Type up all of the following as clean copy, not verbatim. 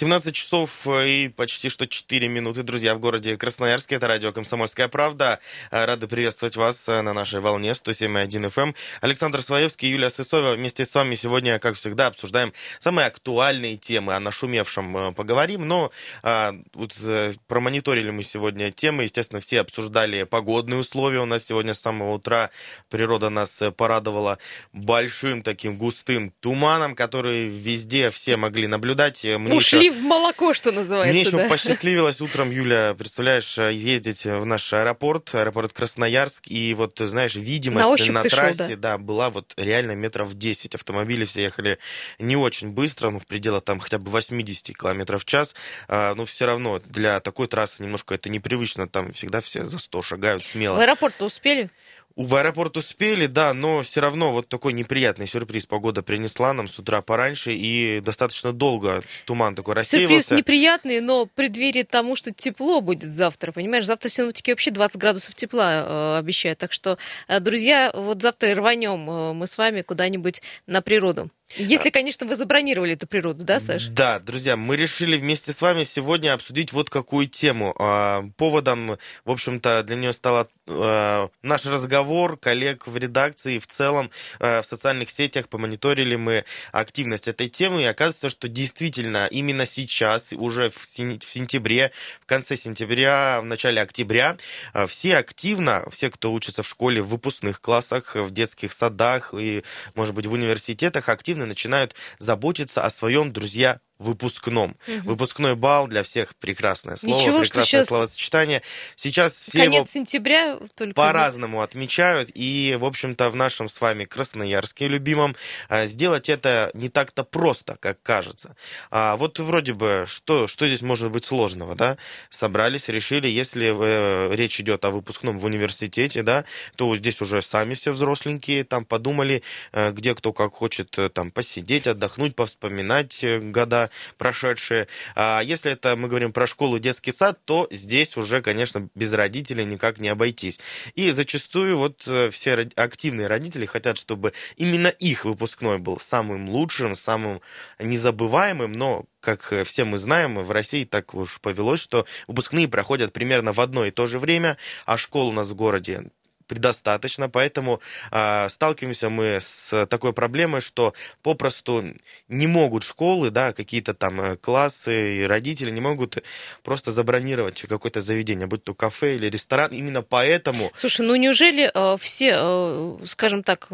17 часов и почти что 4 минуты, друзья, в городе Красноярске. Это радио «Комсомольская правда». Рады приветствовать вас на нашей волне 107.1 FM. Александр Своевский, Юлия Сысоева. Вместе с вами сегодня, как всегда, обсуждаем самые актуальные темы. О нашумевшем поговорим. Но промониторили мы сегодня темы. Естественно, все обсуждали погодные условия. У нас сегодня с самого утра природа нас порадовала большим таким густым туманом, который везде все могли наблюдать. Ушли в молоко, что называется. Мне еще посчастливилось утром, Юля, представляешь, ездить в наш аэропорт Красноярск, и вот, знаешь, видимость на трассе, шел, да, была вот реально метров 10. Автомобили все ехали не очень быстро, в пределах там хотя бы 80 км в час, но все равно для такой трассы немножко это непривычно, там всегда все за 100 шагают смело. В аэропорт-то успели? В аэропорт успели, да, но все равно вот такой неприятный сюрприз погода принесла нам с утра пораньше, и достаточно долго туман такой рассеивался. Сюрприз неприятный, но преддверие тому, что тепло будет завтра, понимаешь? Завтра синоптики вообще 20 градусов тепла обещают, так что, друзья, вот завтра и рванем мы с вами куда-нибудь на природу. Если, конечно, вы забронировали эту природу, да, Саш? Да, друзья, мы решили вместе с вами сегодня обсудить вот какую тему. Поводом, в общем-то, для нее стал наш разговор коллег в редакции, в целом в социальных сетях. Помониторили мы активность этой темы, и оказывается, что действительно именно сейчас, уже в сентябре, в конце сентября, в начале октября, все активно, все, кто учится в школе, в выпускных классах, в детских садах и, может быть, в университетах, активно начинают заботиться о своем, друзья, выпускном. Выпускной бал для всех прекрасное слово, ничего, прекрасное словосочетание. Сейчас все конец сентября только по-разному отмечают, и, в общем-то, в нашем с вами Красноярске любимом сделать это не так-то просто, как кажется. Вот вроде бы, что здесь может быть сложного, да? Собрались, решили, если речь идет о выпускном в университете, да, то здесь уже сами все взросленькие, там подумали, где кто как хочет там посидеть, отдохнуть, повспоминать года прошедшие. А если это мы говорим про школу, детский сад, то здесь уже, конечно, без родителей никак не обойтись. И зачастую вот все активные родители хотят, чтобы именно их выпускной был самым лучшим, самым незабываемым, но как все мы знаем, в России так уж повелось, что выпускные проходят примерно в одно и то же время, а школ у нас в городе предостаточно, поэтому сталкиваемся мы с такой проблемой, что попросту не могут школы, да, какие-то там классы и родители не могут просто забронировать какое-то заведение, будь то кафе или ресторан, именно поэтому... Слушай, неужели все, скажем так,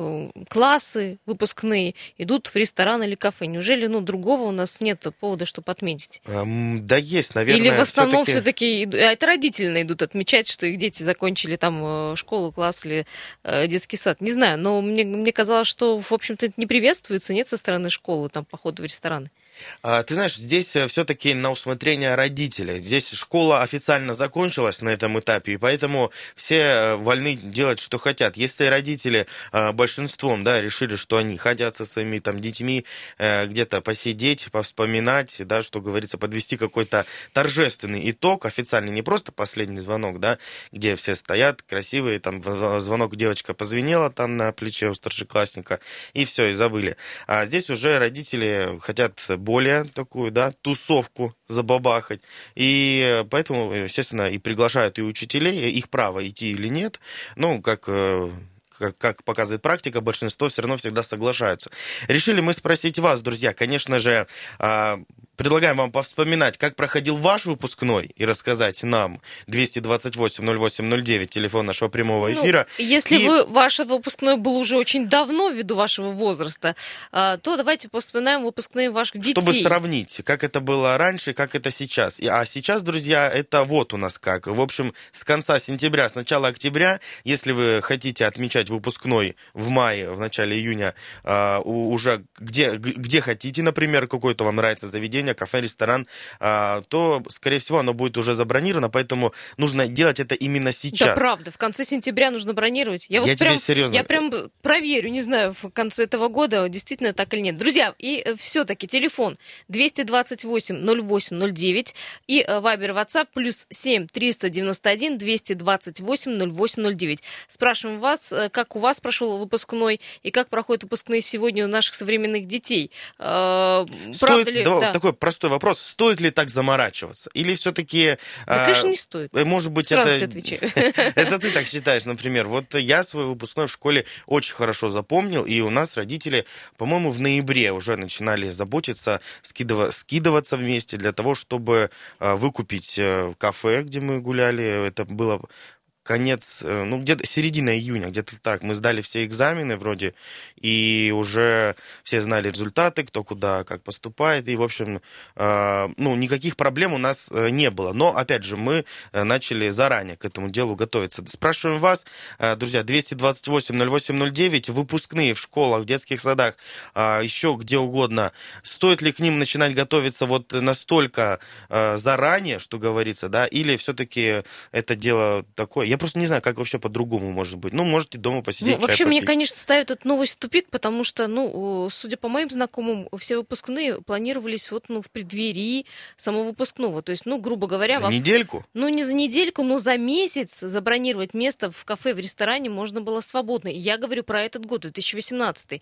классы выпускные идут в ресторан или кафе? Неужели, другого у нас нет повода, чтобы отметить? Да есть, наверное. Или в основном все-таки это родители идут отмечать, что их дети закончили там школу, класс или детский сад. Не знаю, но мне казалось, что, в общем-то, это не приветствуется, нет, со стороны школы, там, походу в рестораны. Ты знаешь, здесь все-таки на усмотрение родителей. Здесь школа официально закончилась на этом этапе, и поэтому все вольны делать, что хотят. Если родители большинством, да, решили, что они хотят со своими там детьми где-то посидеть, повспоминать, да, что говорится, подвести какой-то торжественный итог, официальный, не просто последний звонок, да, где все стоят красивые, там звонок, девочка позвенела там на плече у старшеклассника, и все, и забыли. А здесь уже родители хотят более такую, да, тусовку забабахать. И поэтому, естественно, и приглашают и учителей, их право идти или нет. Как показывает практика, большинство все равно всегда соглашаются. Решили мы спросить вас, друзья, конечно же, предлагаем вам повспоминать, как проходил ваш выпускной, и рассказать нам. 228-08-09, телефон нашего прямого эфира. Если ваш выпускной был уже очень давно, ввиду вашего возраста, то давайте повспоминаем выпускные ваших детей. Чтобы сравнить, как это было раньше, как это сейчас. А сейчас, друзья, это вот у нас как. В общем, с конца сентября, с начала октября, если вы хотите отмечать выпускной в мае, в начале июня, уже где хотите, например, какое-то вам нравится заведение, кафе, ресторан, то, скорее всего, оно будет уже забронировано, поэтому нужно делать это именно сейчас. Да, правда, в конце сентября нужно бронировать. Я прям проверю, не знаю, в конце этого года действительно так или нет. Друзья, и все-таки телефон 228-08-09 и Вайбер, WhatsApp +7 391 228 08-09. Спрашиваем вас, как у вас прошел выпускной и как проходят выпускные сегодня у наших современных детей. Правда ли? Такой простой вопрос, стоит ли так заморачиваться? Или все-таки... Да, конечно, не стоит. Может быть, Сразу это... тебе отвечаю. Это ты так считаешь, например. Вот я свой выпускной в школе очень хорошо запомнил, и у нас родители, по-моему, в ноябре уже начинали заботиться, скидываться вместе для того, чтобы выкупить кафе, где мы гуляли. Это было конец, ну, где-то середина июня, где-то так. Мы сдали все экзамены вроде, и уже все знали результаты, кто куда, как поступает, и, в общем, ну, никаких проблем у нас не было. Но, опять же, мы начали заранее к этому делу готовиться. Спрашиваем вас, друзья, 228-08-09, выпускные в школах, в детских садах, еще где угодно, стоит ли к ним начинать готовиться вот настолько заранее, что говорится, да, или все-таки это дело такое... Я просто не знаю, как вообще по-другому может быть. Ну, можете дома посидеть, чай вообще, попить. мне, конечно, ставит эту новость в тупик, потому что, ну, судя по моим знакомым, все выпускные планировались вот, ну, в преддверии самого выпускного. То есть, ну, грубо говоря... За недельку? Ну, не за недельку, но за месяц забронировать место в кафе, в ресторане можно было свободно. И я говорю про этот год, 2018.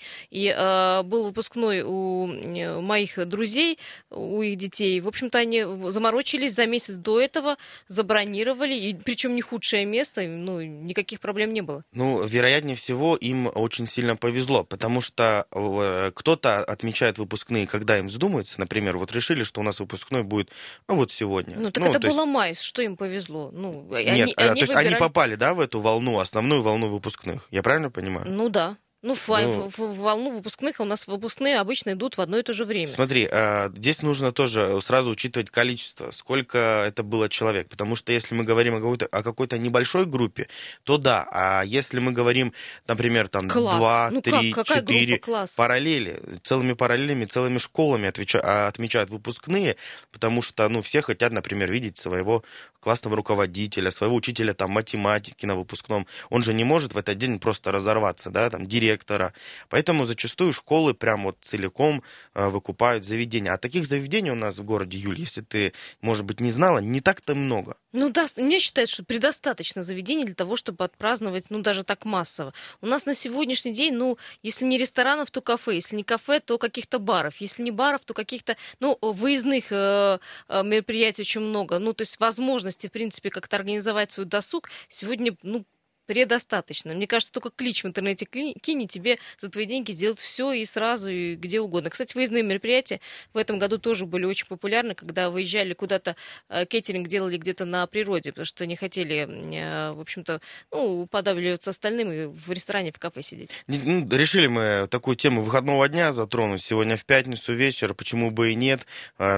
И был выпускной у моих друзей, у их детей. В общем-то, они заморочились за месяц до этого, забронировали, и причем не худшее место, ну, никаких проблем не было. Ну, вероятнее всего, им очень сильно повезло, потому что кто-то отмечает выпускные, когда им вздумается. Например, вот решили, что у нас выпускной будет, ну, вот сегодня. Ну, так ну, это то было есть... май, что им повезло? Ну, Нет, то есть выбирали... они попали, да, в эту волну, основную волну выпускных. Я правильно понимаю? Ну, да. Ну, в волну выпускных, а у нас выпускные обычно идут в одно и то же время. Смотри, здесь нужно тоже сразу учитывать количество, сколько это было человек. Потому что если мы говорим о какой-то небольшой группе, то да. А если мы говорим, например, там Класс. 2, 3, 4 Класс? параллели, целыми параллелями, целыми школами отмечают выпускные, потому что, ну, все хотят, например, видеть своего классного руководителя, своего учителя там математики на выпускном. Он же не может в этот день просто разорваться, да, там, директора. Поэтому зачастую школы прям вот целиком выкупают заведения. А таких заведений у нас в городе, Юль, если ты, может быть, не знала, не так-то много. Ну да, мне считается, что предостаточно заведений для того, чтобы отпраздновать, ну, даже так массово. У нас на сегодняшний день, ну, если не ресторанов, то кафе, если не кафе, то каких-то баров, если не баров, то каких-то, ну, выездных мероприятий очень много. Ну, то есть возможности, в принципе, как-то организовать свой досуг сегодня, ну, предостаточно. Мне кажется, только клич в интернете кинь, тебе за твои деньги сделают все и сразу, и где угодно. Кстати, выездные мероприятия в этом году тоже были очень популярны, когда выезжали куда-то, кейтеринг делали где-то на природе, потому что не хотели, в общем-то, ну, уподабливаться остальным и в ресторане, в кафе сидеть. Ну, решили мы такую тему выходного дня затронуть сегодня в пятницу вечер, почему бы и нет.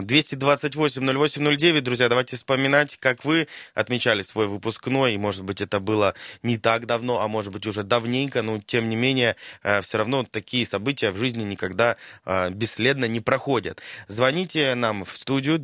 228-08-09, друзья, давайте вспоминать, как вы отмечали свой выпускной, и, может быть, это было не так давно, а может быть уже давненько, но тем не менее все равно такие события в жизни никогда бесследно не проходят. Звоните нам в студию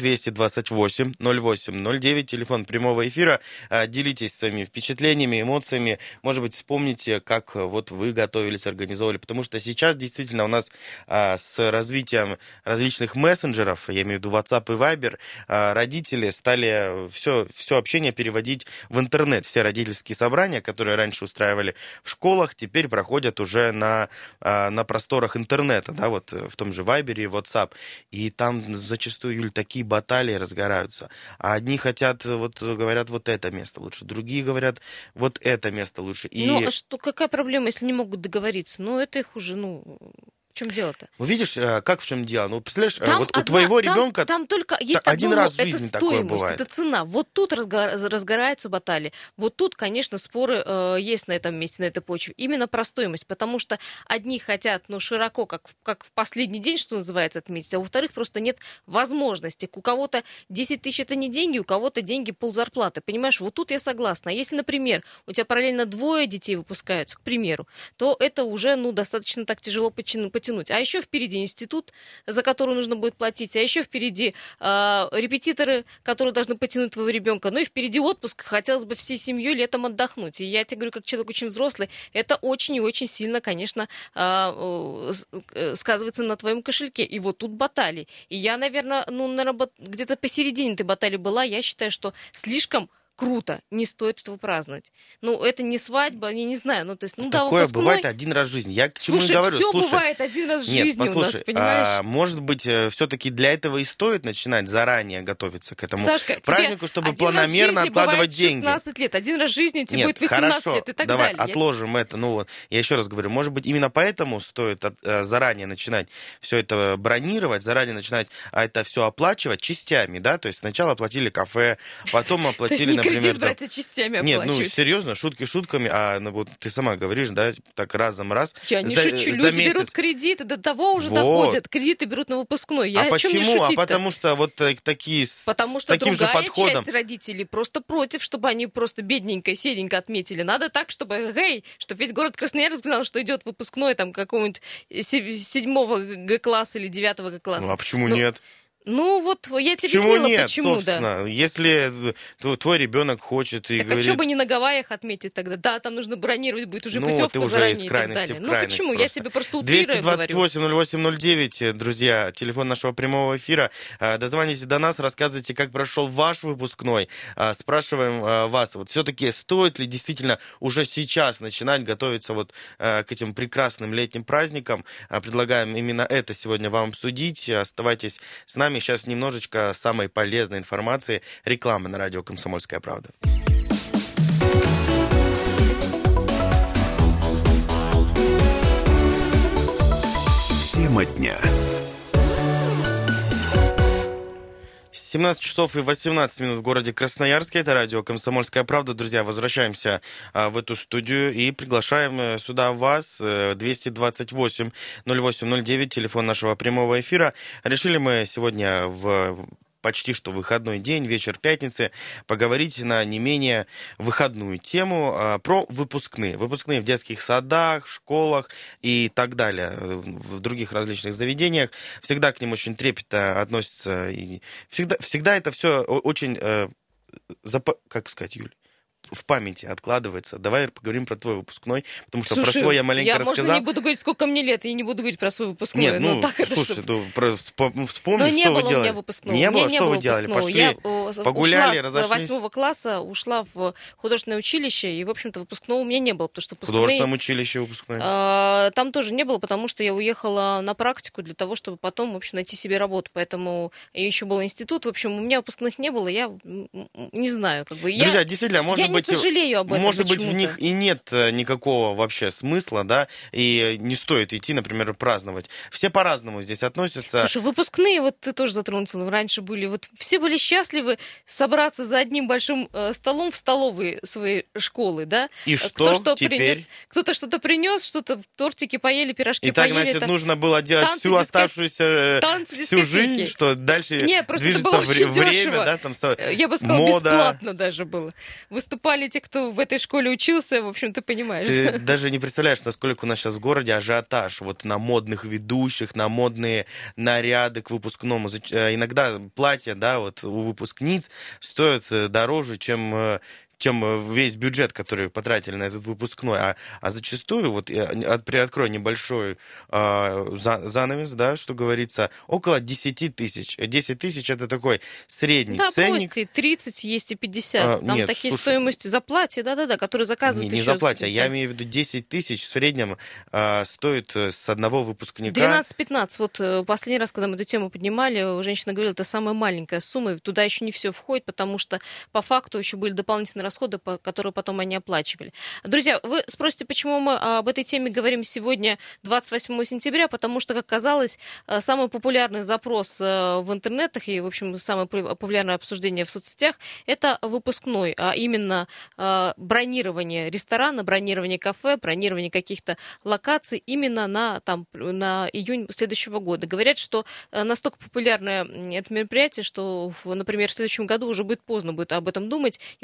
228-08-09, телефон прямого эфира, делитесь своими впечатлениями, эмоциями, может быть, вспомните, как вот вы готовились, организовывали, потому что сейчас действительно у нас с развитием различных мессенджеров, я имею в виду WhatsApp и Viber, родители стали все общение переводить в интернет, все родительские собрания, которые раньше устраивали в школах, теперь проходят уже на просторах интернета, да, вот в том же Вайбере и WhatsApp. И там зачастую, Юль, такие баталии разгораются. А одни хотят, вот говорят, вот это место лучше, другие говорят, вот это место лучше. И... Ну, а что, какая проблема, если не могут договориться? Ну, это их уже, ну... В чем дело-то? Ну, видишь, как в чем дело? Ну, представляешь, вот у твоего ребенка там только есть один одно, раз в жизни это такое стоимость, бывает. это цена. Вот тут разгораются баталии. Вот тут, конечно, споры есть на этом месте, на этой почве. Именно про стоимость, потому что одни хотят, ну, широко, как в последний день, что называется, отметить, а во-вторых, просто нет возможности. У кого-то 10 тысяч это не деньги, у кого-то деньги ползарплаты. Понимаешь, вот тут я согласна. А если, например, у тебя параллельно двое детей выпускаются, к примеру, то это уже, ну, достаточно так тяжело потянуть. А еще впереди институт, за который нужно будет платить, а еще впереди репетиторы, которые должны потянуть твоего ребенка, ну и впереди отпуск, хотелось бы всей семьей летом отдохнуть. И я тебе говорю, как человек очень взрослый, это очень и очень сильно, конечно, сказывается на твоем кошельке. И вот тут баталии. И я, наверное, где-то посередине этой баталии была, я считаю, что слишком круто, не стоит этого праздновать. Ну, это не свадьба, я не знаю, ну, то есть, ну, да, Такое выпускной... бывает один раз в жизни. Я к чему и Слушай, говорю. все Слушай, бывает один раз в нет, жизни у нас, послушай, понимаешь? может быть, все-таки для этого и стоит начинать заранее готовиться к этому Сашка, празднику, чтобы один раз в планомерно жизни откладывать бывает деньги. 16 лет, один раз в жизни тебе Нет, будет 18 хорошо, лет и так давай далее. отложим это. Ну вот, я еще раз говорю, может быть, именно поэтому стоит заранее начинать все это бронировать, заранее начинать это все оплачивать частями, да, то есть сначала оплатили кафе, потом То есть оплатили, не например... кредит брать, а частями Нет, ну оплачивать. серьезно, шутки шутками, ну вот ты сама говоришь, да, так разом раз. Я не за, шучу, за люди месяц. берут кредиты, до того уже Вот. доходят. Кредиты берут на выпускной. Я о чем не почему? шутить-то? Потому что вот такие Потому с что таким же другая подходом. часть родителей просто против, чтобы они просто бедненько, седенько отметили. Надо так, чтобы, чтобы весь город Красноярск знал, что идет выпускной там какого-нибудь 7 Г-класса или 9 Г-класса. Ну а почему нет? Ну вот я тебе Почему объяснила, нет, почему, да. собственно? Если твой ребенок хочет и Так говорит... а что бы не на Гавайях отметить тогда? Да, там нужно бронировать будет уже Ну, путевку ты уже заранее из и так крайности далее. в Ну крайность почему? Я просто. себе просто утрирую говорю. 228-08-09, друзья, телефон нашего прямого эфира. Дозвонитесь до нас, рассказывайте, как прошел ваш выпускной. Спрашиваем вас, вот все-таки стоит ли действительно уже сейчас начинать готовиться вот к этим прекрасным летним праздникам? Предлагаем именно это сегодня вам обсудить. Оставайтесь с нами. Сейчас немножечко самой полезной информации. Реклама на радио «Комсомольская правда». Тема дня. 17 часов и 18 минут в городе Красноярске. Это радио «Комсомольская правда». Друзья, возвращаемся в эту студию и приглашаем сюда вас. 228-08-09, телефон нашего прямого эфира. Решили мы сегодня в почти что выходной день, вечер пятницы, поговорить на не менее выходную тему про выпускные. Выпускные в детских садах, в школах и так далее, в других различных заведениях. Всегда к ним очень трепетно относятся. И всегда это все очень, как сказать, Юль? В памяти откладывается. Давай поговорим про твой выпускной, потому что Слушай, про свой я маленько рассказал. Можно, не буду говорить, сколько мне лет, я не буду говорить про свой выпускной. Нет, ну, так это слушай, вспомни, не что было вы делали. У меня выпускного. Не было? Не Что было вы делали? выпускного. Пошли, я погуляли, ушла разошлись? с 8 класса, ушла в художественное училище, и, в общем-то, выпускного у меня не было, потому что В художественном училище выпускное? Там тоже не было, потому что я уехала на практику для того, чтобы потом, в общем, найти себе работу. Поэтому еще был институт. В общем, у меня выпускных не было, я не знаю, как бы. Друзья, действительно, может быть... Я не сожалею об этом. Может быть, в них и нет никакого вообще смысла, да, и не стоит идти, например, праздновать. Все по-разному здесь относятся. Слушай, выпускные, вот ты тоже затронул, раньше были, вот все были счастливы собраться за одним большим столом в столовой своей школы, да? И что теперь? Принес, кто-то что-то принес, что-то тортики поели, пирожки поели. И так, поели. значит, нужно было делать танцы, всю оставшуюся всю жизнь, что дальше движется время, да, там я бы сказала, мода. Бесплатно даже было. Выступали те, кто в этой школе учился, в общем, ты понимаешь. Ты даже не представляешь, насколько у нас сейчас в городе ажиотаж вот на модных ведущих, на модные наряды к выпускному. Иногда платья, да, вот у выпускниц стоят дороже, чем весь бюджет, который потратили на этот выпускной. А зачастую, вот я приоткрою небольшой занавес, да, что говорится, около 10 тысяч. 10 тысяч это такой средний ценник. Да, 30 есть и 50. Там нет, такие слушай, стоимости за платье, да-да-да, которые заказывают не еще. за платье, я имею в виду 10 тысяч в среднем стоит с одного выпускника. 12-15. Вот последний раз, когда мы эту тему поднимали, женщина говорила, это самая маленькая сумма, туда еще не все входит, потому что по факту еще были дополнительные расходы, которые потом они оплачивали. Друзья, вы спросите, почему мы об этой теме говорим сегодня, 28 сентября, потому что, как казалось, самый популярный запрос в интернетах и, в общем, самое популярное обсуждение в соцсетях – это выпускной, а именно бронирование ресторана, бронирование кафе, бронирование каких-то локаций именно на июнь следующего года. Говорят, что настолько популярное это мероприятие, что, например, в следующем году уже будет поздно будет об этом думать и поздно что-то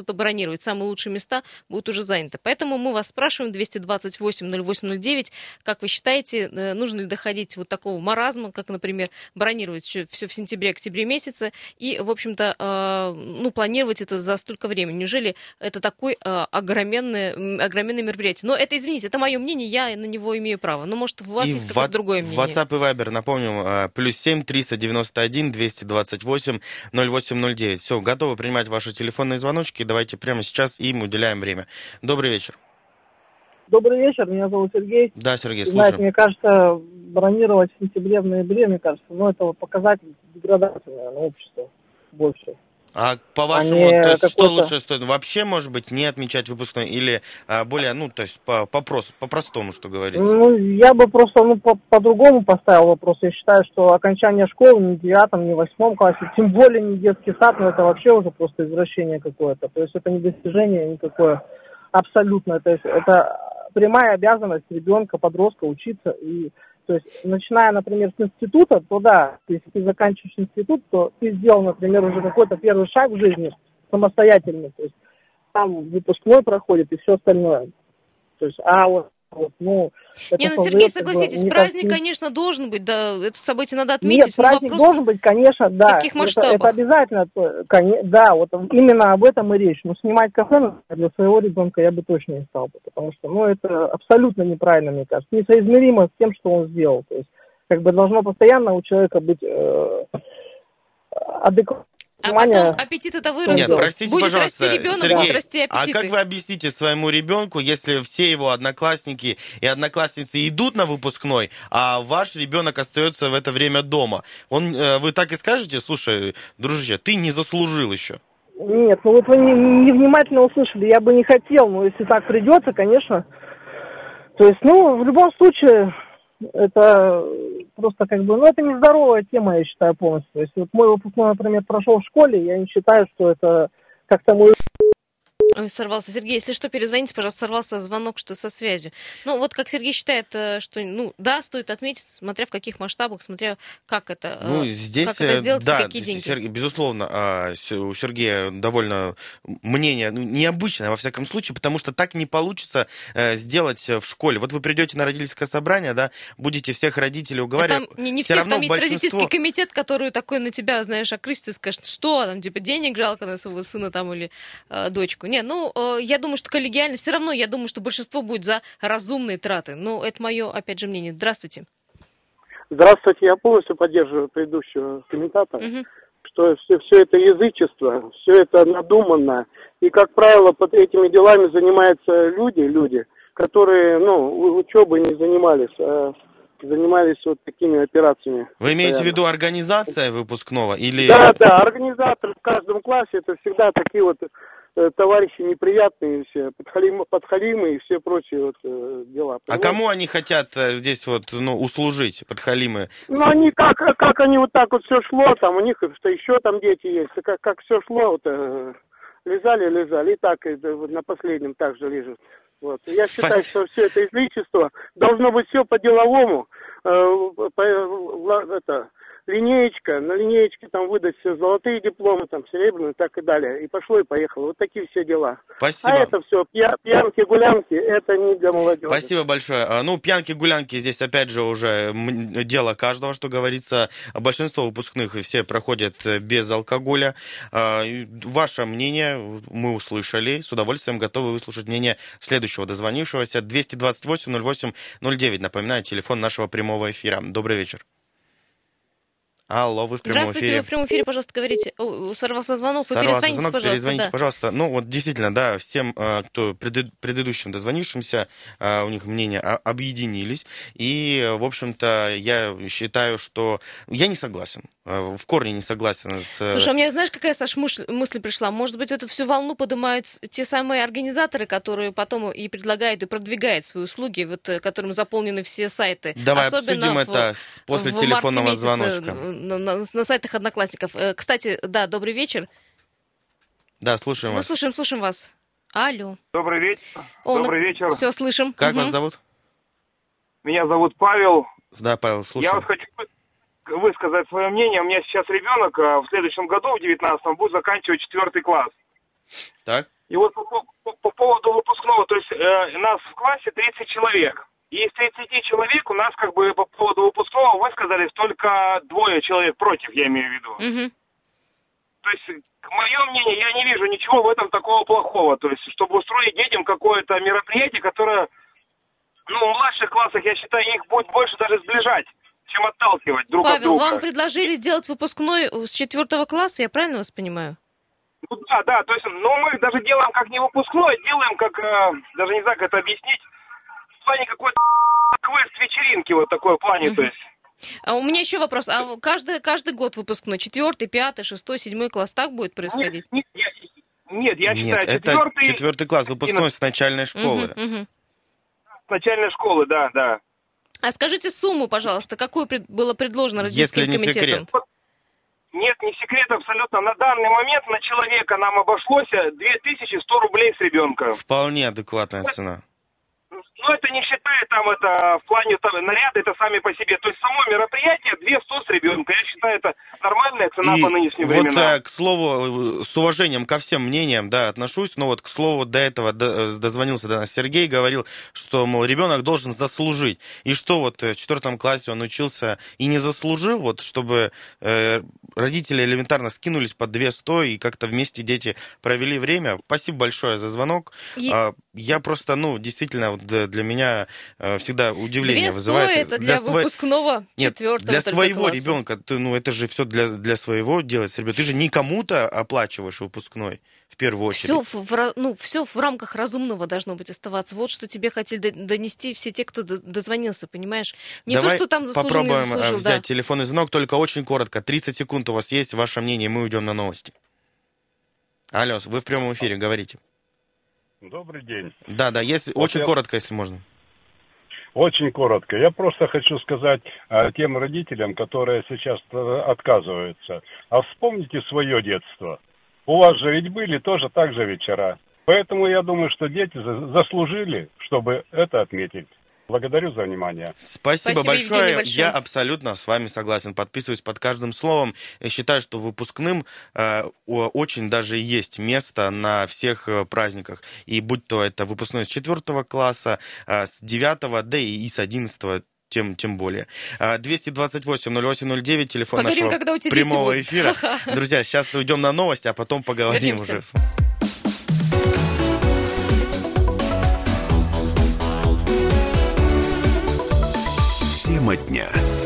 что-то бронировать. Самые лучшие места будут уже заняты. Поэтому мы вас спрашиваем, 228-08-09, как вы считаете, нужно ли доходить вот такого маразма, как, например, бронировать все в сентябре-октябре месяце и, в общем-то, планировать это за столько времени? Неужели это такое огроменное мероприятие? Но это, извините, это мое мнение, я на него имею право. Но, может, у вас есть какое-то другое мнение? WhatsApp и Viber, напомним, +7 391 228 0809. Все, готовы принимать ваши телефонные звоночки. Давайте прямо сейчас им уделяем время. Добрый вечер. Добрый вечер, меня зовут Сергей. Да, Сергей, слушаем. Знаете, мне кажется, бронировать в сентябре, в ноябре, мне кажется, это вот показатель деградации, наверное, общества больше. А по-вашему, то есть, что лучше стоит? Вообще, может быть, не отмечать выпускной или более, то есть по-простому, что говорится? Я бы просто, по-другому поставил вопрос. Я считаю, что окончание школы ни в 9, ни в 8 классе, тем более не детский сад, это вообще уже просто извращение какое-то. То есть это не достижение никакое абсолютно. То есть это прямая обязанность ребенка, подростка учиться. И, то есть, начиная, например, с института, то да, если ты заканчиваешь институт, то ты сделал, например, уже какой-то первый шаг в жизни самостоятельный. То есть там выпускной проходит и все остальное. То есть, Сергей, согласитесь, праздник, конечно, должен быть, да, это событие надо отметить. Нет, праздник должен быть, конечно, да. В каких масштабах? Это обязательно, да, вот именно об этом и речь. Но снимать кафе для своего ребенка я бы точно не стал, потому что, это абсолютно неправильно, мне кажется, несоизмеримо с тем, что он сделал. То есть, должно постоянно у человека быть адекватно. А потом аппетит-то вырастет. Нет, простите, будет пожалуйста, расти ребенок, Сергей, будет расти аппетиты. А как вы объясните своему ребенку, если все его одноклассники и одноклассницы идут на выпускной, а ваш ребенок остается в это время дома? Вы так и скажете: слушай, дружище, ты не заслужил еще? Нет, вы невнимательно услышали, я бы не хотел, но если так придется, конечно. То есть, в любом случае, это просто это нездоровая тема, я считаю, полностью. То есть мой выпускной, например, прошел в школе, я не считаю, что это как-то мой... Ой, сорвался. Сергей, если что, перезвоните, пожалуйста, сорвался звонок, что со связью. Как Сергей считает, что, да, стоит отметить, смотря в каких масштабах, смотря как это, здесь, как это сделать, да, за какие деньги. Безусловно, у Сергея довольно мнение необычное, во всяком случае, потому что так не получится сделать в школе. Вот вы придете на родительское собрание, да, будете всех родителей уговаривать. Там не всех, там есть родительский комитет, который такой на тебя, знаешь, окрысится и скажет, что там, денег жалко на своего сына там или дочку. Нет, я думаю, что коллегиально, все равно, я думаю, что большинство будет за разумные траты. Но это мое, опять же, мнение. Здравствуйте. Здравствуйте, я полностью поддерживаю предыдущего комментатора, что все это язычество, все это надуманно. И, как правило, под этими делами занимаются люди, которые, учебой не занимались, а занимались вот такими операциями. Вы имеете в виду организация выпускного? Или... Да, организаторы в каждом классе, это всегда такие вот товарищи неприятные все, подхалимы и все прочие дела. Понимаете? А кому они хотят здесь услужить, подхалимы? Они как они вот так вот все шло, там у них что еще там дети есть, как все шло, лежали, и так на последнем также лежат. Вот. Я считаю, что все это излишество должно быть все по-деловому. Линеечка, на линеечке там выдать все золотые дипломы, там серебряные, так и далее. И пошло, и поехало. Вот такие все дела. Спасибо. А это все пьянки, гулянки, это не для молодежи. Спасибо большое. Пьянки, гулянки здесь, опять же, уже дело каждого, что говорится. Большинство выпускных все проходят без алкоголя. Ваше мнение мы услышали. С удовольствием готовы выслушать мнение следующего дозвонившегося. 228-08-09. Напоминаю, телефон нашего прямого эфира. Добрый вечер. Алло, вы в прямом эфире. Здравствуйте, вы в прямом эфире, пожалуйста, говорите. Сорвался звонок, вы перезвоните, пожалуйста. Действительно, да, всем, кто предыдущим дозвонившимся, у них мнения объединились. И, в общем-то, я считаю, что... Я не согласен. В корне не согласен с... Слушай, а мне, знаешь, какая, Саш, мысль пришла? Может быть, эту всю волну поднимают те самые организаторы, которые потом и предлагают, и продвигают свои услуги, которым заполнены все сайты. Давай особенно обсудим это после телефонного звоночка. На сайтах Одноклассников. Кстати, да, добрый вечер. Да, слушаем вас. Мы слушаем вас. Алло. Добрый вечер. Добрый вечер. Все, слышим. Как вас зовут? Меня зовут Павел. Да, Павел, слушаю. Я вот хочу высказать свое мнение. У меня сейчас ребенок в следующем году, в 19-м, будет заканчивать 4 класс. Так. И вот по поводу выпускного, то есть нас в классе 30 человек. И из 30 человек у нас как бы по поводу выпускного высказались только 2 человек против, я имею в виду. Угу. То есть, мое мнение, я не вижу ничего в этом такого плохого. То есть, чтобы устроить детям какое-то мероприятие, которое, в младших классах, я считаю, их будет больше даже сближать, чем отталкивать друг от друга. Павел, вам предложили сделать выпускной с 4 класса, я правильно вас понимаю? Да, то есть, мы даже делаем как не выпускной, делаем как, даже не знаю, как это объяснить, в плане какой-то квест-вечеринки, вот такой в плане, то есть. А у меня еще вопрос. А каждый год выпускной? 4, 5, 6, 7 класс так будет происходить? Нет, я считаю, это 4 класс, выпускной с начальной школы. С начальной школы, да. А скажите сумму, пожалуйста, какую было предложено родительским комитетом? Если не секрет. Нет, не секрет абсолютно. На данный момент на человека нам обошлось 2100 рублей с ребенка. Вполне адекватная цена. Это не считая это в плане наряда, это сами по себе. То есть само мероприятие 2100 с ребенка. Я считаю, это нормальная цена по нынешним временам. Вот, к слову, с уважением ко всем мнениям, отношусь, но к слову, до этого дозвонился до нас Сергей, говорил, что, ребенок должен заслужить. И что в 4 классе он учился и не заслужил, чтобы родители элементарно скинулись под 200 и как-то вместе дети провели время. Спасибо большое за звонок. Я просто, действительно, для меня всегда удивление 200 вызывает. это для выпускного 4-го. Нет, для своего класса. ребенка, это же все для своего делается. Ты же не кому-то оплачиваешь выпускной, в первую очередь. Все в рамках разумного должно быть оставаться. Вот что тебе хотели донести все те, кто дозвонился, понимаешь? Не Давай то, что там заслужил, попробуем не заслужил. взять телефонный звонок, только очень коротко. 30 секунд у вас есть, ваше мнение, мы уйдем на новости. Алло, вы в прямом эфире, говорите. Добрый день. Да, если очень коротко, если можно. Очень коротко. Я просто хочу сказать тем родителям, которые сейчас отказываются. А вспомните свое детство. У вас же ведь были тоже так же вечера. Поэтому я думаю, что дети заслужили, чтобы это отметить. Благодарю за внимание. Спасибо большое. Я абсолютно с вами согласен. Подписываюсь под каждым словом. Я считаю, что выпускным очень даже есть место на всех праздниках. И будь то это выпускной с 4 класса, с 9, да и с 11 тем более. 228-08-09, телефон нашего прямого эфира. Друзья, сейчас уйдем на новости, а потом поговорим уже. Тема дня.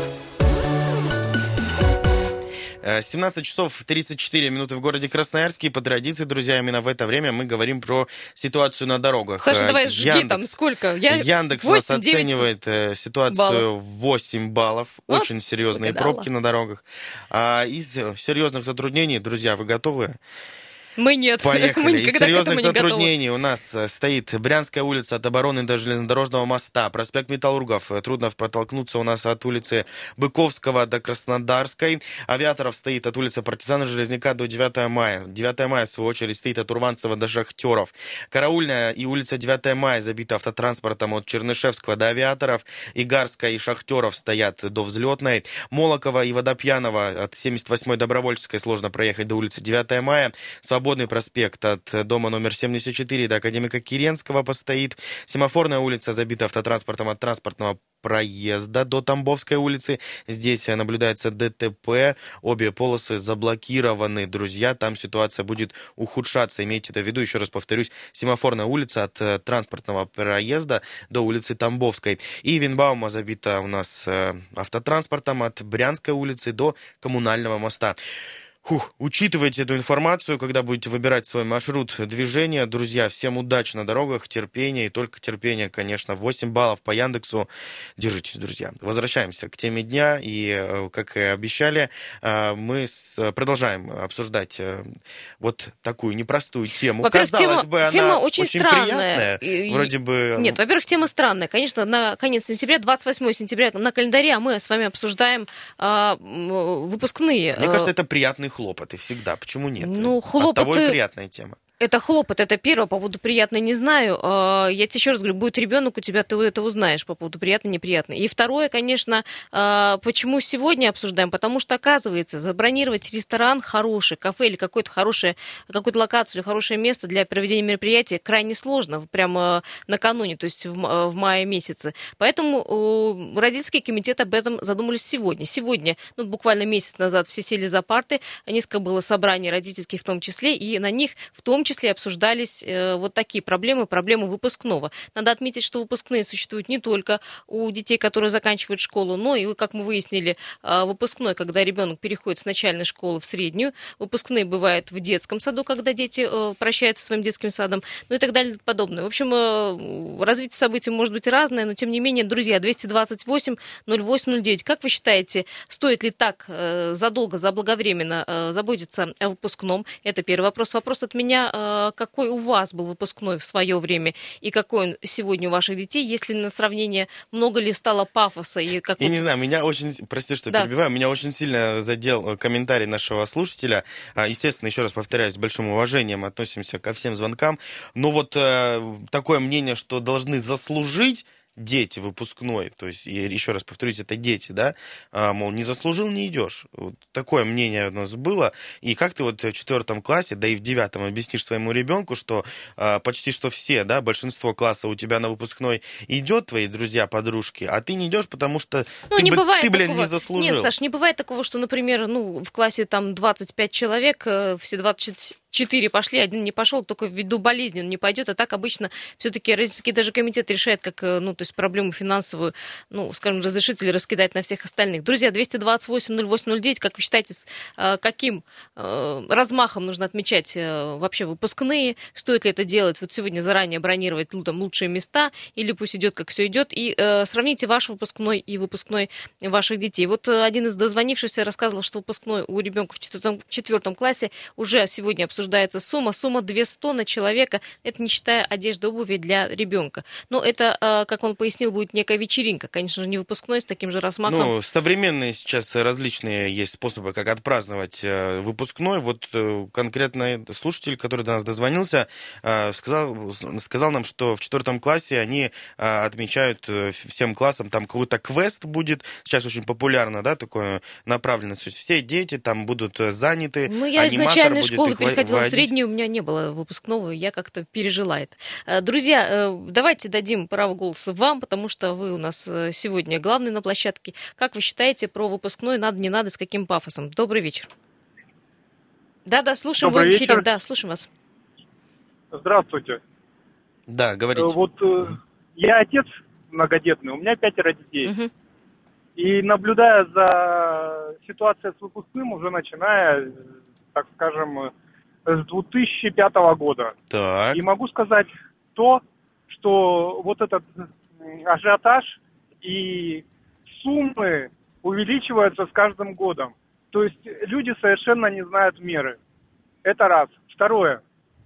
17 часов 34 минуты в городе Красноярске. По традиции, друзья, именно в это время мы говорим про ситуацию на дорогах. Саша, давай жги там сколько? Яндекс 8, нас оценивает ситуацию 8 баллов. Очень серьезные пробки на дорогах. Из серьезных затруднений, друзья, вы готовы? Мы нет. Поехали. Мы Из серьезных затруднений у нас стоит Брянская улица от Обороны до железнодорожного моста, проспект Металлургов. Трудно протолкнуться у нас от улицы Быковского до Краснодарской. Авиаторов стоит от улицы Партизана Железняка до 9 мая. 9 мая, в свою очередь, стоит от Урванцева до Шахтеров. Караульная и улица 9 мая забита автотранспортом от Чернышевского до Авиаторов. Игарская и Шахтеров стоят до Взлетной. Молокова и Водопьянова от 78-й Добровольческой сложно проехать до улицы 9 мая. Свободный проспект от дома номер 74 до Академика Киренского постоит. Семафорная улица забита автотранспортом от транспортного проезда до Тамбовской улицы. Здесь наблюдается ДТП. Обе полосы заблокированы, друзья. Там ситуация будет ухудшаться. Имейте это в виду. Еще раз повторюсь. Семафорная улица от транспортного проезда до улицы Тамбовской. И Винбаума забита у нас автотранспортом от Брянской улицы до Коммунального моста. Учитывайте эту информацию, когда будете выбирать свой маршрут движения. Друзья, всем удачи на дорогах, терпения и только терпения, конечно. 8 баллов по Яндексу. Держитесь, друзья. Возвращаемся к теме дня. И, как и обещали, мы продолжаем обсуждать вот такую непростую тему. Во-первых, казалось бы, тема она очень странная. приятная. Вроде бы... Нет, во-первых, тема странная. Конечно, на конец сентября, 28 сентября на календаре, а мы с вами обсуждаем выпускные. Мне кажется, это приятный хлопоты всегда. Почему нет? Хлопоты... Оттого и приятная тема. Это хлопот, это первое. По поводу приятно не знаю. Я тебе еще раз говорю, будет ребенок у тебя, ты это узнаешь по поводу приятно, неприятно. И второе, конечно, почему сегодня обсуждаем? Потому что, оказывается, забронировать ресторан хороший, кафе или какую-то локацию или хорошее место для проведения мероприятия крайне сложно, прямо накануне, то есть в мае месяце. Поэтому родительский комитет об этом задумались сегодня. Сегодня, буквально месяц назад, все сели за парты, несколько было собраний родительских в том числе, и на них в том числе обсуждались вот такие проблемы выпускного. Надо отметить, что выпускные существуют не только у детей, которые заканчивают школу, но и, как мы выяснили, выпускной, когда ребенок переходит с начальной школы в среднюю. Выпускные бывают в детском саду, когда дети прощаются со своим детским садом, и так далее и подобное. В общем, развитие событий может быть разное, но тем не менее, друзья, 228-08-09. Как вы считаете, стоит ли так задолго, заблаговременно заботиться о выпускном? Это первый вопрос. Вопрос от меня, какой у вас был выпускной в свое время и какой он сегодня у ваших детей, если на сравнение много ли стало пафоса? И я не знаю, меня очень, прости, что перебиваю, меня очень сильно задел комментарий нашего слушателя. Естественно, еще раз повторяюсь, с большим уважением относимся ко всем звонкам, но вот такое мнение, что должны заслужить дети выпускной, то есть, я еще раз повторюсь, это дети, да, мол, не заслужил, не идешь. Вот такое мнение у нас было. И как ты вот в 4 классе, да и в 9 объяснишь своему ребенку, что почти что все, да, большинство класса у тебя на выпускной идет, твои друзья, подружки, а ты не идешь, потому что ты, не заслужил. Нет, Саш, не бывает такого, что, например, в классе там 25 человек, все 24 пошли, один не пошел, только ввиду болезни он не пойдет, а так обычно все-таки родительский даже комитет решает, как, то есть проблему финансовую, скажем, разрешить или раскидать на всех остальных. Друзья, 228-08-09, как вы считаете, с каким размахом нужно отмечать вообще выпускные? Стоит ли это делать? Вот сегодня заранее бронировать лучшие места, или пусть идет, как все идет, и сравните ваш выпускной и выпускной ваших детей. Вот один из дозвонившихся рассказывал, что выпускной у ребенка в 4 классе уже сегодня обсуждается сумма 200 на человека, это не считая одежды, обуви для ребенка. Но это, как он пояснил, будет некая вечеринка. Конечно же, не выпускной с таким же размахом. Современные сейчас различные есть способы, как отпраздновать выпускной. Вот конкретно слушатель, который до нас дозвонился, сказал нам, что в 4 классе они отмечают всем классам, там какой-то квест будет. Сейчас очень популярно, да, такое направлено. То есть все дети там будут заняты. Я из начальной школы переходила в среднюю, у меня не было выпускного, я как-то пережила это. Друзья, давайте дадим право голоса вам, потому что вы у нас сегодня главный на площадке. Как вы считаете про выпускной, надо, не надо, с каким пафосом? Добрый вечер. Да, слушаем Добрый в эфире. вечер. Да, слушаем вас. Здравствуйте. Да, говорите. Вот я отец многодетный, у меня 5 детей. Угу. И наблюдая за ситуацией с выпускным, уже начиная, так скажем, с 2005 года. Так. И могу сказать то, что вот этот ажиотаж и суммы увеличиваются с каждым годом. То есть люди совершенно не знают меры. Это раз. Второе.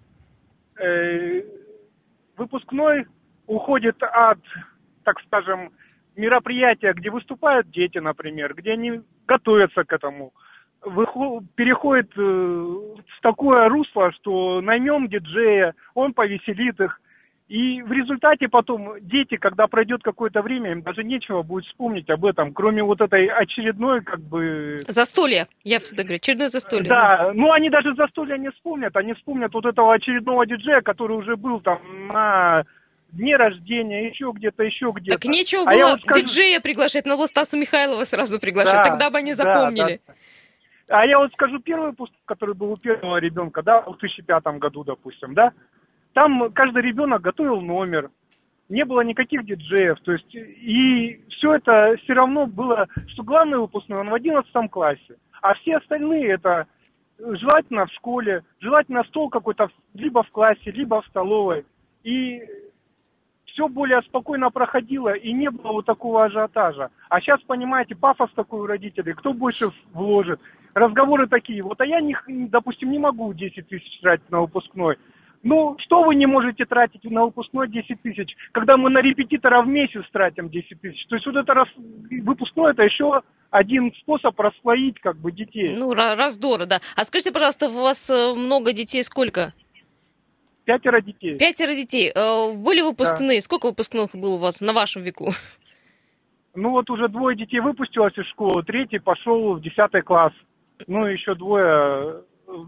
Выпускной уходит от, так скажем, мероприятия, где выступают дети, например, где они готовятся к этому. Переходит в такое русло, что наймем диджея, он повеселит их. И в результате потом дети, когда пройдет какое-то время, им даже нечего будет вспомнить об этом, кроме вот этой очередной, Застолье, я всегда говорю, очередное застолье. Да, они даже застолье не вспомнят, они вспомнят вот этого очередного диджея, который уже был там на дне рождения, еще где-то. Так нечего было диджея приглашать, надо было Стаса Михайлова сразу приглашать, тогда бы они запомнили. Да. А я вот скажу, первый выпуск, который был у первого ребенка, да, в 2005 году, допустим, да, там каждый ребенок готовил номер, не было никаких диджеев, то есть, и все это все равно было, что главный выпускной, он в 11 классе, а все остальные это желательно в школе, желательно стол какой-то либо в классе, либо в столовой, и все более спокойно проходило, и не было вот такого ажиотажа. А сейчас, понимаете, пафос такой у родителей, кто больше вложит. Разговоры такие, а я, допустим, не могу 10 тысяч тратить на выпускной. Что вы не можете тратить на выпускной 10 тысяч, когда мы на репетитора в месяц тратим 10 тысяч? То есть вот это выпускной, это еще один способ расслоить детей. Раздора, да. А скажите, пожалуйста, у вас много детей сколько? 5 детей. 5 детей. Были выпускные? Да. Сколько выпускных было у вас на вашем веку? Ну вот уже 2 детей выпустилось из школы, 3 пошел в 10 класс. Ну еще 2...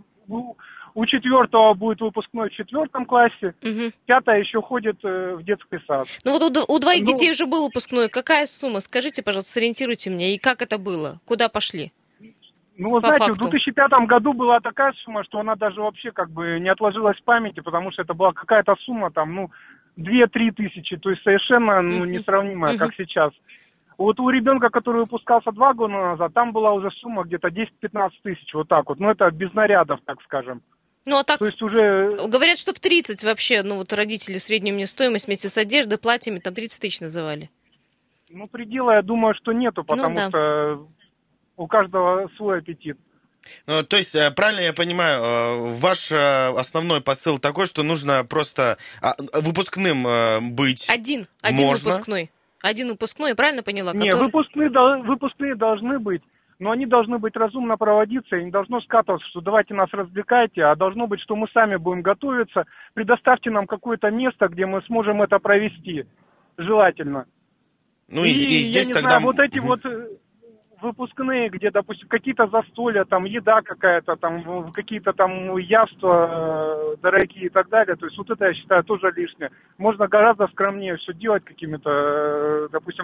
У 4 будет выпускной в 4 классе, 5 еще ходит в детский сад. Ну вот у 2 детей уже был выпускной. Какая сумма? Скажите, пожалуйста, сориентируйте меня. И как это было? Куда пошли? Ну, вы знаете, факту. В 2005 году была такая сумма, что она даже вообще как бы не отложилась в памяти, потому что это была какая-то сумма, там, 2-3 тысячи, то есть совершенно несравнимая, как сейчас. Вот у ребенка, который выпускался 2 года назад, там была уже сумма где-то 10-15 тысяч, вот так вот. Ну, это без нарядов, так скажем. Ну, а так, то есть уже... говорят, что в 30 вообще, родители среднюю мне стоимость вместе с одеждой, платьями, там 30 тысяч называли. Ну, предела, я думаю, что нету, потому что у каждого свой аппетит. Ну, то есть, правильно я понимаю, ваш основной посыл такой, что нужно просто выпускным быть Один можно? выпускной. Один выпускной, я правильно поняла? Нет, выпускные должны быть. Но они должны быть разумно проводиться, и не должно скатываться, что давайте нас развлекайте, а должно быть, что мы сами будем готовиться, предоставьте нам какое-то место, где мы сможем это провести, желательно. Ну и здесь я не тогда... знаю, вот эти вот выпускные, где, допустим, какие-то застолья, там еда какая-то, там какие-то там явства дорогие и так далее, то есть вот это, я считаю, тоже лишнее. Можно гораздо скромнее все делать какими-то, допустим,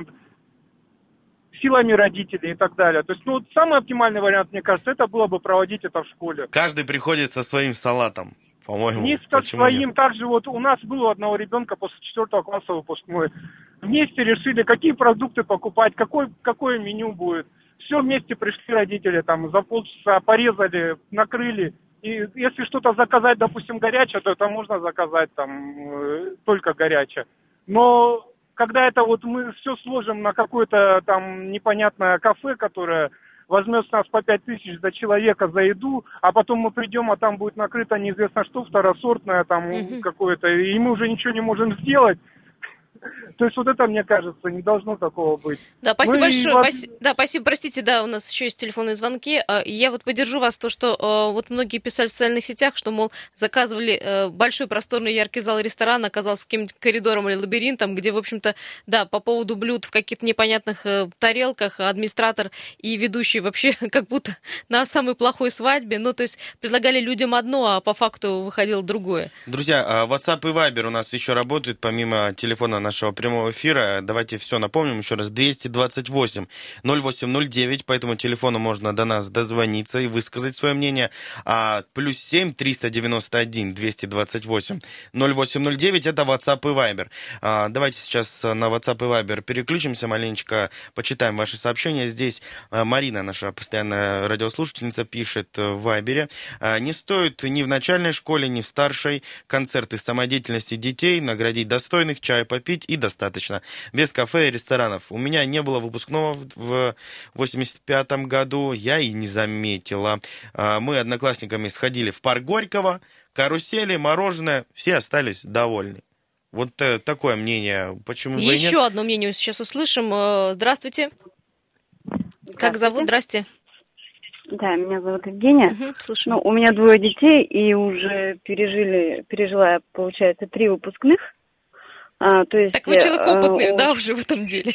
силами родителей и так далее. То есть, самый оптимальный вариант, мне кажется, это было бы проводить это в школе. Каждый приходит со своим салатом, по-моему. Не со своим, также вот у нас было у одного ребенка после 4 класса выпускной. Вместе решили, какие продукты покупать, какое меню будет. Все вместе пришли родители, там, за полчаса порезали, накрыли. И если что-то заказать, допустим, горячее, то это можно заказать там только горячее. Но когда это вот мы все сложим на какое-то там непонятное кафе, которое возьмет с нас по 5 тысяч за человека за еду, а потом мы придем, а там будет накрыто неизвестно что, второсортное там какое-то, и мы уже ничего не можем сделать. То есть вот это, мне кажется, не должно такого быть. Да, спасибо большое. Да, спасибо, простите, да, у нас еще есть телефонные звонки. Я вот поддержу вас, то, что вот многие писали в социальных сетях, что, мол, заказывали большой просторный яркий зал ресторана, оказался каким-то коридором или лабиринтом, где, в общем-то, да, по поводу блюд в каких-то непонятных тарелках администратор и ведущий вообще как будто на самой плохой свадьбе. Ну, то есть предлагали людям одно, а по факту выходило другое. Друзья, WhatsApp и Viber у нас еще работают, помимо телефона нашего прямого эфира. Давайте все напомним еще раз. 228-08-09. По этому телефону можно до нас дозвониться и высказать свое мнение. +7 391 228 0809. Это WhatsApp и Viber. Давайте сейчас на WhatsApp и Viber переключимся маленечко, почитаем ваши сообщения. Здесь Марина, наша постоянная радиослушательница, пишет в Viber. Не стоит ни в начальной школе, ни в старшей концерты самодеятельности детей, наградить достойных, чай попить и достаточно. Без кафе и ресторанов. У меня не было выпускного в 85-м году, я и не заметила. Мы одноклассниками сходили в парк Горького, карусели, мороженое, все остались довольны. Вот такое мнение. Почему бы и нет? Еще одно мнение сейчас услышим. Здравствуйте. Как зовут? Здрасте. Да, меня зовут Евгения. Слушаю. У меня 2 детей, и уже пережила я, получается, 3 выпускных. То есть, так вы человек опытный, да, уже в этом деле?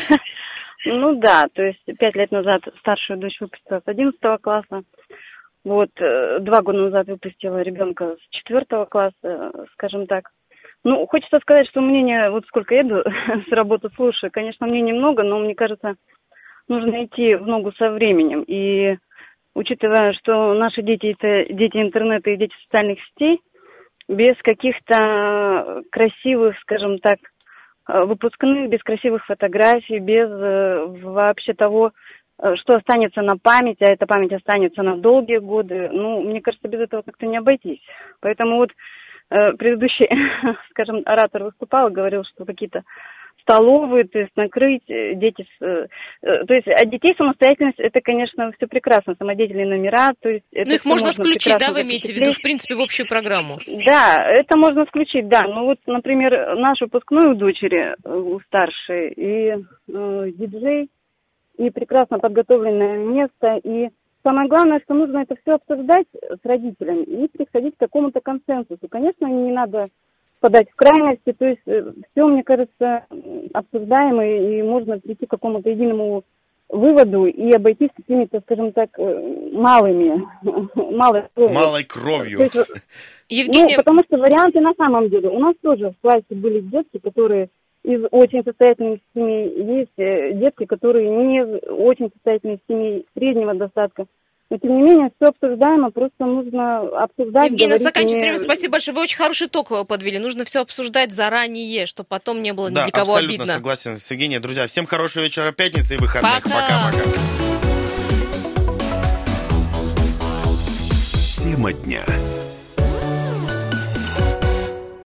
Ну да, то есть 5 лет назад старшую дочь выпустила с 11 класса. Вот, 2 года назад выпустила ребенка с 4 класса, скажем так. Ну, хочется сказать, что мнение, вот сколько я еду с работы слушаю, конечно, мнений много, но мне кажется, нужно идти в ногу со временем. И учитывая, что наши дети – это дети интернета и дети социальных сетей, без каких-то красивых, скажем так, выпускных, без красивых фотографий, без вообще того, что останется на память, а эта память останется на долгие годы. Ну, мне кажется, без этого как-то не обойтись. Поэтому вот предыдущий, скажем, оратор выступал, говорил, что какие-то столовые, то есть накрыть дети, то есть от детей самостоятельность, это, конечно, все прекрасно, самодеятельные номера, то есть это их можно включить, да, вы имеете в виду, в принципе, в общую программу? Да, это можно включить, да, ну вот, например, наш выпускной у дочери, у старшей, и диджей, и прекрасно подготовленное место, и самое главное, что нужно это все обсуждать с родителями и приходить к какому-то консенсусу. Конечно, не надо подать в крайности, то есть все, мне кажется, обсуждаемо, и можно прийти к какому-то единому выводу и обойтись какими-то, скажем так, малой кровью. Есть, Евгения... потому что варианты на самом деле. У нас тоже в классе были детки, которые из очень состоятельных семей, есть детки, которые не из очень состоятельных семей, среднего достатка. Но, тем не менее, все обсуждаемо, просто нужно обсуждать. Евгения, заканчивать время. Спасибо большое. Вы очень хороший итог подвели. Нужно все обсуждать заранее, чтобы потом не было ни для кого обидно. Да, абсолютно согласен с Евгенией. Друзья, всем хорошего вечера пятницы и выходных. Пока. Пока-пока. Тема дня.